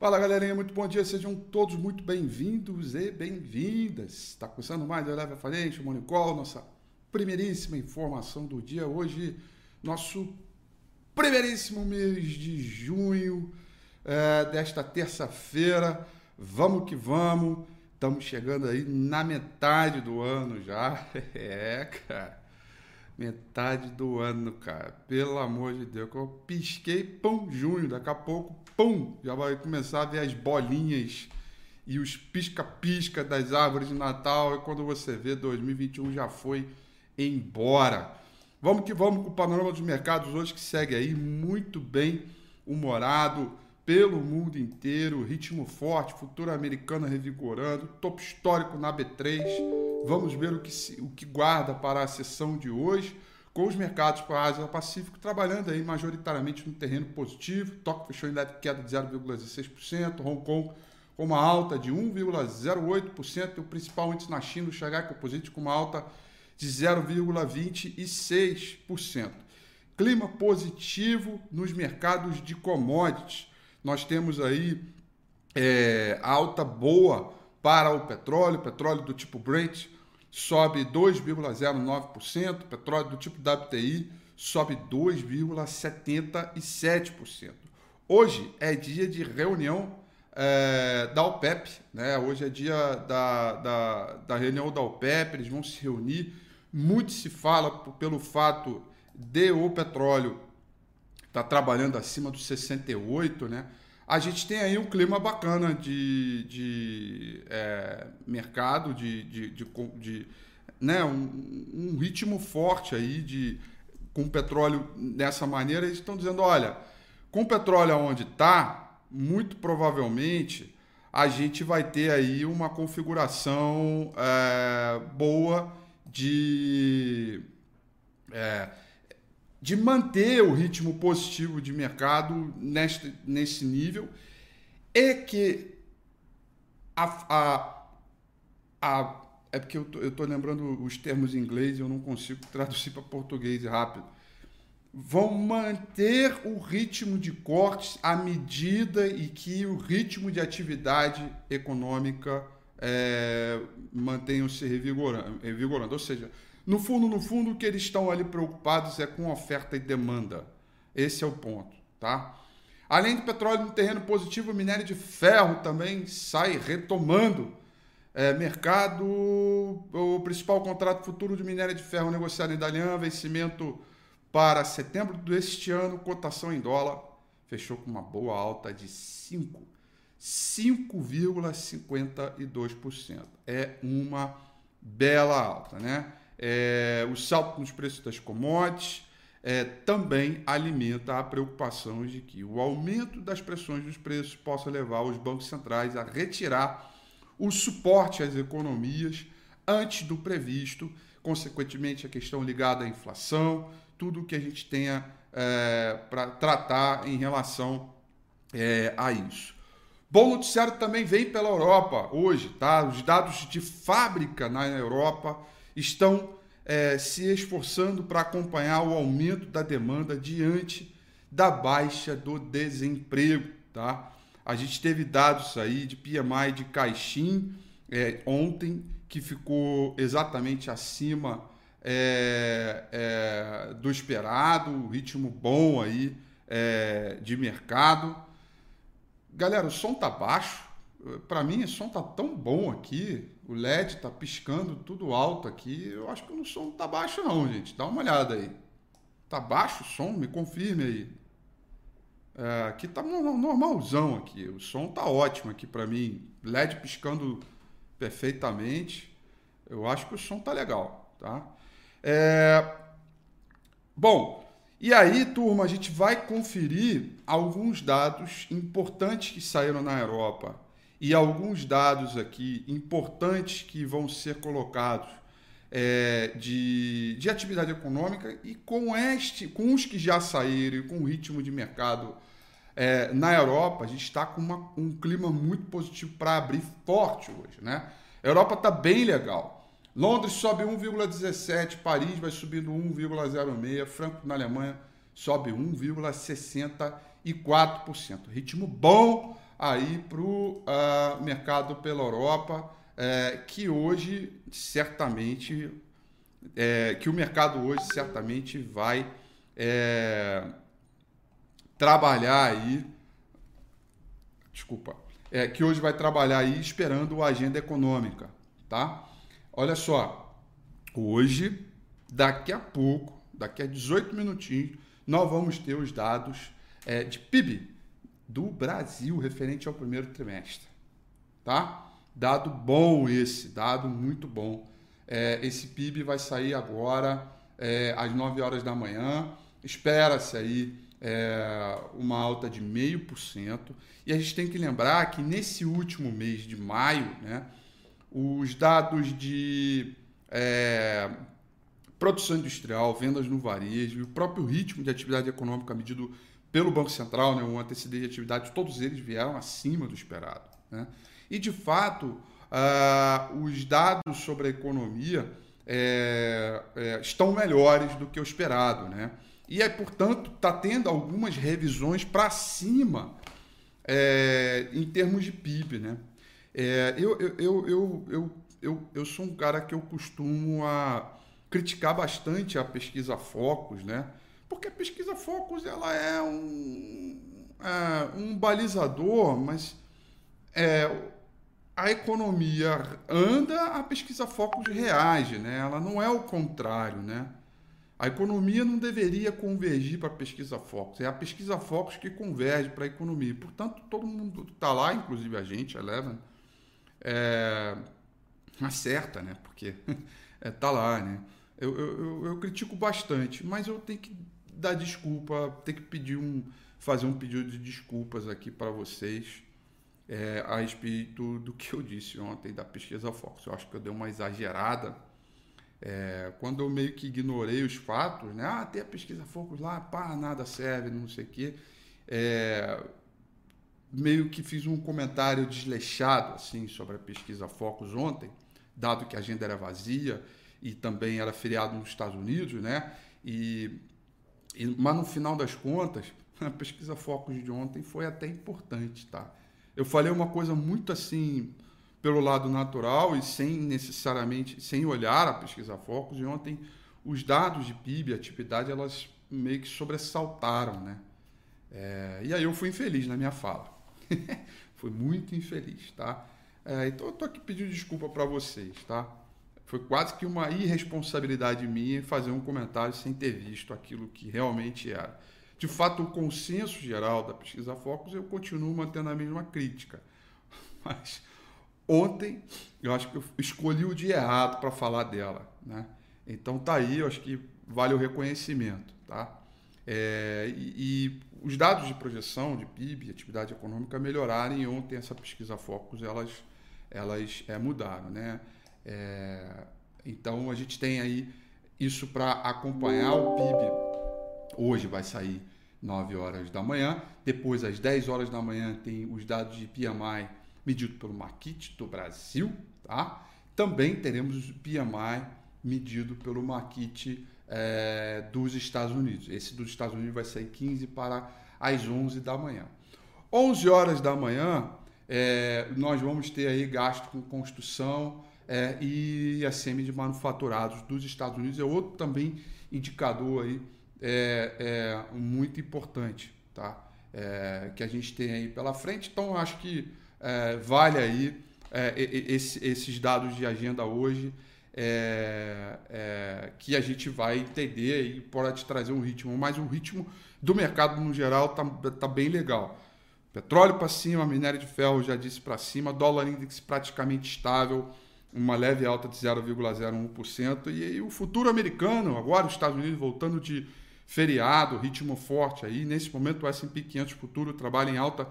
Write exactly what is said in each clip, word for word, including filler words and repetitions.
Fala galerinha, muito bom dia, sejam todos muito bem-vindos e bem-vindas. Está começando mais o Eleva Financial Morning Call, nossa primeiríssima informação do dia. Hoje, nosso primeiríssimo mês de junho é, desta terça-feira. Vamos que vamos, estamos chegando aí na metade do ano já. É, cara. Metade do ano, cara. Pelo amor de Deus. Eu pisquei, pum, junho. Daqui a pouco, pum, já vai começar a ver as bolinhas e os pisca-pisca das árvores de Natal. E quando você vê, dois mil e vinte e um já foi embora. Vamos que vamos com o panorama dos mercados hoje, que segue aí muito bem humorado pelo mundo inteiro. Ritmo forte, futuro americano revigorando, topo histórico na B três. Vamos ver o que, se, o que guarda para a sessão de hoje, com os mercados para a Ásia Pacífico trabalhando aí majoritariamente no terreno positivo. Tóquio fechou em leve queda de zero vírgula dezesseis por cento, Hong Kong com uma alta de um vírgula zero oito por cento e o principal índice na China, o Xangai Composite, com uma alta de zero vírgula vinte e seis por cento. Clima positivo nos mercados de commodities. Nós temos aí é, alta boa para o petróleo, petróleo do tipo Brent sobe dois vírgula zero nove por cento, petróleo do tipo W T I sobe dois vírgula setenta e sete por cento. Hoje é dia de reunião é, da OPEP, né? Hoje é dia da, da, da reunião da OPEP, eles vão se reunir. Muito se fala pelo fato de o petróleo estar tá trabalhando acima dos sessenta e oito, né? A gente tem aí um clima bacana de, de é, mercado, de, de, de, de né, um, um ritmo forte aí de, com o petróleo dessa maneira. Eles estão dizendo, olha, com o petróleo onde está, muito provavelmente a gente vai ter aí uma configuração é, boa de... É, de manter o ritmo positivo de mercado neste, nesse nível e que a, a, a é porque eu tô, eu tô lembrando os termos em inglês e eu não consigo traduzir para português rápido. Vão manter o ritmo de cortes à medida em que o ritmo de atividade econômica é, mantenha-se revigorando, revigorando, ou seja, no fundo, no fundo, o que eles estão ali preocupados é com oferta e demanda. Esse é o ponto, tá? Além do petróleo no terreno positivo, o minério de ferro também sai retomando. É, mercado, o principal contrato futuro de minério de ferro negociado em Dalian, vencimento para setembro deste ano, cotação em dólar, fechou com uma boa alta de cinco vírgula cinquenta e dois por cento. É uma bela alta, né? É, o salto nos preços das commodities é, também alimenta a preocupação de que o aumento das pressões dos preços possa levar os bancos centrais a retirar o suporte às economias antes do previsto, consequentemente a questão ligada à inflação, tudo que a gente tenha é, para tratar em relação é, a isso. Bom noticiário também vem pela Europa hoje, tá? Os dados de fábrica na Europa estão é, se esforçando para acompanhar o aumento da demanda diante da baixa do desemprego, tá? A gente teve dados aí de P M I de Caixin é, ontem, que ficou exatamente acima é, é, do esperado, ritmo bom aí é, de mercado. Galera, o som tá baixo. Para mim, o som tá tão bom aqui. O L E D tá piscando tudo alto aqui. Eu acho que o som não tá baixo não, gente. Dá uma olhada aí. Tá baixo o som? Me confirme aí. É, aqui tá normalzão aqui. O som tá ótimo aqui para mim. L E D piscando perfeitamente. Eu acho que o som tá legal, tá? É... Bom... E aí, turma, a gente vai conferir alguns dados importantes que saíram na Europa e alguns dados aqui importantes que vão ser colocados é, de, de atividade econômica e com, este, com os que já saíram e com o ritmo de mercado é, na Europa, a gente está com uma, um clima muito positivo para abrir forte hoje, né? A Europa está bem legal. Londres sobe um vírgula dezessete, Paris vai subindo um vírgula zero seis, Frankfurt na Alemanha sobe um vírgula sessenta e quatro por cento. Ritmo bom aí para o uh, mercado pela Europa, é, que hoje certamente, é, que o mercado hoje certamente vai é, trabalhar aí, desculpa, é, que hoje vai trabalhar aí esperando a agenda econômica, tá? Olha só, hoje, daqui a pouco, daqui a dezoito minutinhos, nós vamos ter os dados é, de P I B do Brasil referente ao primeiro trimestre, tá? Dado bom esse, dado muito bom. É, esse P I B vai sair agora é, às nove horas da manhã, espera-se aí é, uma alta de zero vírgula cinco por cento, e a gente tem que lembrar que nesse último mês de maio, né, os dados de é, produção industrial, vendas no varejo e o próprio ritmo de atividade econômica medido pelo Banco Central, né, um antecedente de atividade, todos eles vieram acima do esperado, né? E, de fato, uh, os dados sobre a economia é, é, estão melhores do que o esperado, né? E, aí, portanto, está tendo algumas revisões para cima é, em termos de P I B, né? É, eu, eu, eu, eu, eu, eu, eu sou um cara que eu costumo a criticar bastante a pesquisa Focus, né? Porque a pesquisa Focus ela é um, é, um balizador, mas é, a economia anda, a pesquisa Focus reage, né? Ela não é o contrário, né? A economia não deveria convergir para a pesquisa Focus, é a pesquisa Focus que converge para a economia. Portanto, todo mundo está lá, inclusive a gente, a Eleven, é, acerta, né? Porque está é, lá, né? Eu, eu, eu, eu critico bastante, mas eu tenho que dar desculpa, tenho que pedir um, fazer um pedido de desculpas aqui para vocês é, a respeito do que eu disse ontem da pesquisa Focus. Eu acho que eu dei uma exagerada. É, quando eu meio que ignorei os fatos, né? Ah, tem a pesquisa Focus lá, pá, nada serve, não sei o quê. É, meio que fiz um comentário desleixado assim, sobre a pesquisa Focus ontem, dado que a agenda era vazia e também era feriado nos Estados Unidos, né? E, e, mas no final das contas, a pesquisa Focus de ontem foi até importante, tá? Eu falei uma coisa muito assim, pelo lado natural e sem necessariamente, sem olhar a pesquisa Focus, e ontem os dados de P I B, atividade, elas meio que sobressaltaram, né? É, e aí eu fui infeliz na minha fala. Fui muito infeliz, tá? É, então eu tô aqui pedindo desculpa para vocês, tá? Foi quase que uma irresponsabilidade minha fazer um comentário sem ter visto aquilo que realmente era. De fato, o consenso geral da pesquisa Focus, eu continuo mantendo a mesma crítica. Mas ontem, eu acho que eu escolhi o dia errado para falar dela, né? Então tá aí, eu acho que vale o reconhecimento, tá? É, e, e os dados de projeção de P I B, atividade econômica, melhoraram, e ontem essa pesquisa Focus, elas, elas é, mudaram, né? É, então a gente tem aí isso para acompanhar o P I B. Hoje vai sair nove horas da manhã, depois às dez horas da manhã tem os dados de P M I medido pelo Markit do Brasil, tá? Também teremos o P M I medido pelo Markit é, dos Estados Unidos. Esse dos Estados Unidos vai sair quinze para as onze da manhã. onze horas da manhã, é, nós vamos ter aí gasto com construção é, e a semi de manufaturados dos Estados Unidos. É outro também indicador aí é, é muito importante, tá? É, que a gente tem aí pela frente. Então, acho que é, vale aí é, esse, esses dados de agenda hoje, é, é, que a gente vai entender e pode trazer um ritmo, mas o ritmo do mercado no geral tá, tá bem legal. Petróleo para cima, minério de ferro já disse para cima, dólar índice praticamente estável, uma leve alta de zero vírgula zero um por cento, e aí o futuro americano, agora os Estados Unidos voltando de feriado, ritmo forte aí, nesse momento o S e P quinhentos futuro trabalha em alta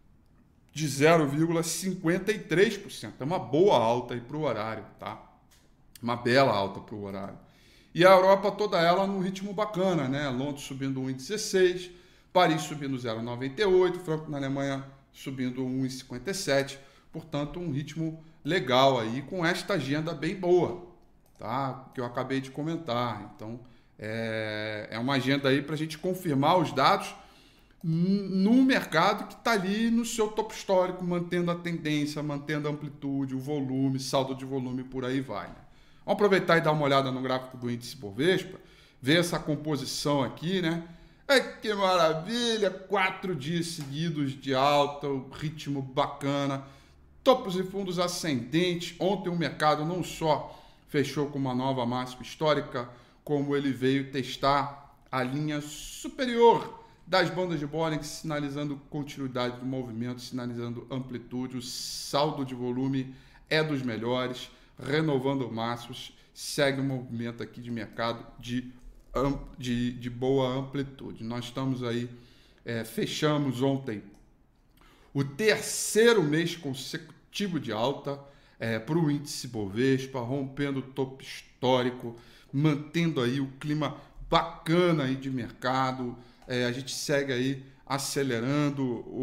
de zero vírgula cinquenta e três por cento, é uma boa alta aí para o horário, tá? Uma bela alta para o horário. E a Europa toda ela num ritmo bacana, né? Londres subindo um vírgula dezesseis, Paris subindo zero vírgula noventa e oito, Frankfurt na Alemanha subindo um vírgula cinquenta e sete, portanto um ritmo legal aí, com esta agenda bem boa, tá? Que eu acabei de comentar. Então é, é uma agenda aí para a gente confirmar os dados num mercado que está ali no seu topo histórico, mantendo a tendência, mantendo a amplitude, o volume, saldo de volume, por aí vai. Né? Vamos aproveitar e dar uma olhada no gráfico do índice Bovespa, ver essa composição aqui, né? É, que maravilha! Quatro dias seguidos de alta, um ritmo bacana, topos e fundos ascendentes. Ontem o mercado não só fechou com uma nova máxima histórica, como ele veio testar a linha superior das bandas de Bollinger, sinalizando continuidade do movimento, sinalizando amplitude. O saldo de volume é dos melhores, renovando máximos, segue um movimento aqui de mercado de, de, de boa amplitude. Nós estamos aí, é, fechamos ontem o terceiro mês consecutivo de alta é, para o índice Bovespa, rompendo o topo histórico, mantendo aí o clima bacana aí de mercado. É, a gente segue aí acelerando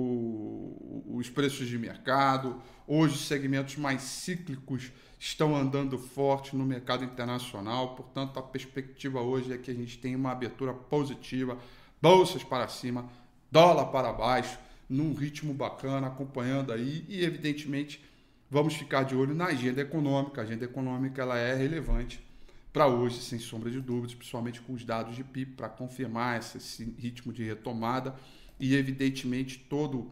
o, os preços de mercado. Hoje, os segmentos mais cíclicos estão andando forte no mercado internacional. Portanto, a perspectiva hoje é que a gente tem uma abertura positiva, bolsas para cima, dólar para baixo, num ritmo bacana, acompanhando aí. E, evidentemente, vamos ficar de olho na agenda econômica. A agenda econômica ela é relevante para hoje, sem sombra de dúvidas, principalmente com os dados de P I B, para confirmar esse, esse ritmo de retomada e, evidentemente, todo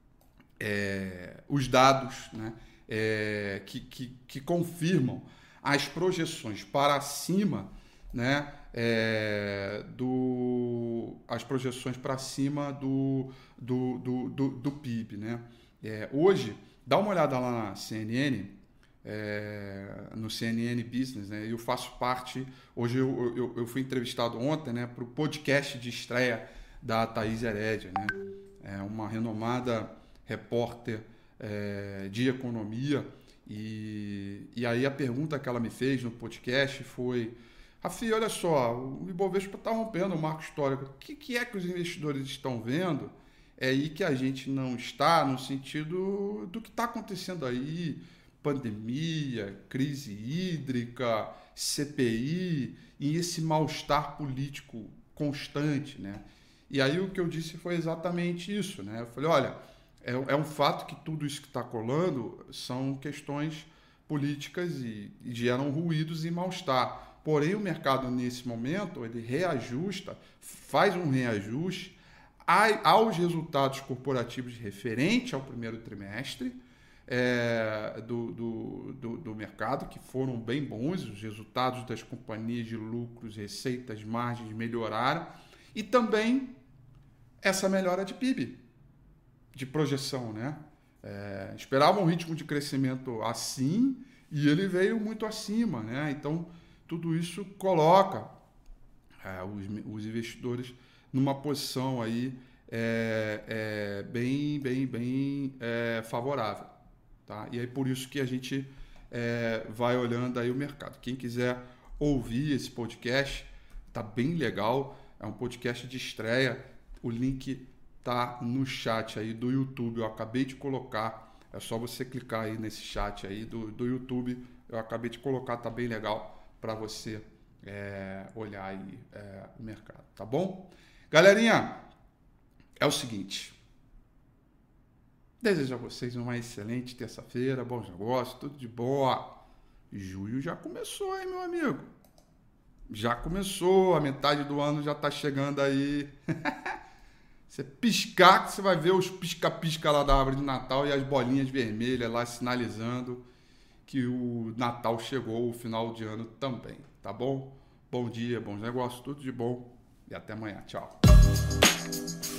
é, os dados, né, é, que, que, que confirmam as projeções para cima, né, é, do, as projeções para cima do, do, do, do, do P I B. Né? É, hoje, dá uma olhada lá na C N N, É, no C N N Business, né? Eu faço parte, hoje eu, eu, eu fui entrevistado ontem, né, para o podcast de estreia da Thaís Herédia, né? É uma renomada repórter é, de economia, e, e aí a pergunta que ela me fez no podcast foi: Rafi, olha só, o Ibovespa está rompendo o marco histórico, o que, que é que os investidores estão vendo é aí que a gente não está, no sentido do que está acontecendo aí, pandemia, crise hídrica, C P I e esse mal-estar político constante, né? E aí o que eu disse foi exatamente isso, né? Eu falei, olha, é, é um fato que tudo isso que está colando são questões políticas e, e geram ruídos e mal-estar. Porém, o mercado, nesse momento, ele reajusta, faz um reajuste aos resultados corporativos referente ao primeiro trimestre, É, do, do, do, do mercado, que foram bem bons, os resultados das companhias de lucros, receitas, margens melhoraram, e também essa melhora de P I B, de projeção, né? É, esperava um ritmo de crescimento assim, e ele veio muito acima, né? Então, tudo isso coloca é, os, os investidores numa posição aí é, é, bem, bem, bem é, favorável. Tá? E aí por isso que a gente é, vai olhando aí o mercado. Quem quiser ouvir esse podcast, tá bem legal. É um podcast de estreia. O link tá no chat aí do YouTube. Eu acabei de colocar. É só você clicar aí nesse chat aí do, do YouTube. Eu acabei de colocar, tá bem legal para você é, olhar aí é, o mercado. Tá bom? Galerinha, é o seguinte. Desejo a vocês uma excelente terça-feira, bons negócios, tudo de boa. Julho já começou, hein, meu amigo? Já começou, a metade do ano já tá chegando aí. Você piscar, que você vai ver os pisca-pisca lá da árvore de Natal e as bolinhas vermelhas lá sinalizando que o Natal chegou, o final de ano também, tá bom? Bom dia, bons negócios, tudo de bom e até amanhã. Tchau.